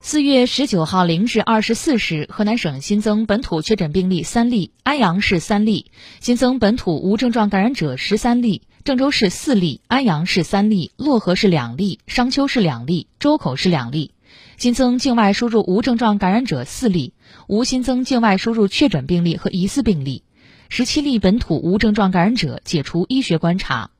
4月19号0时24时，河南省新增本土确诊病例3例，安阳市3例；新增本土无症状感染者13例，郑州市4例，安阳市3例，漯河市2例，商丘市2例，周口市2例；新增境外输入无症状感染者4例，无新增境外输入确诊病例和疑似病例；17例本土无症状感染者解除医学观察。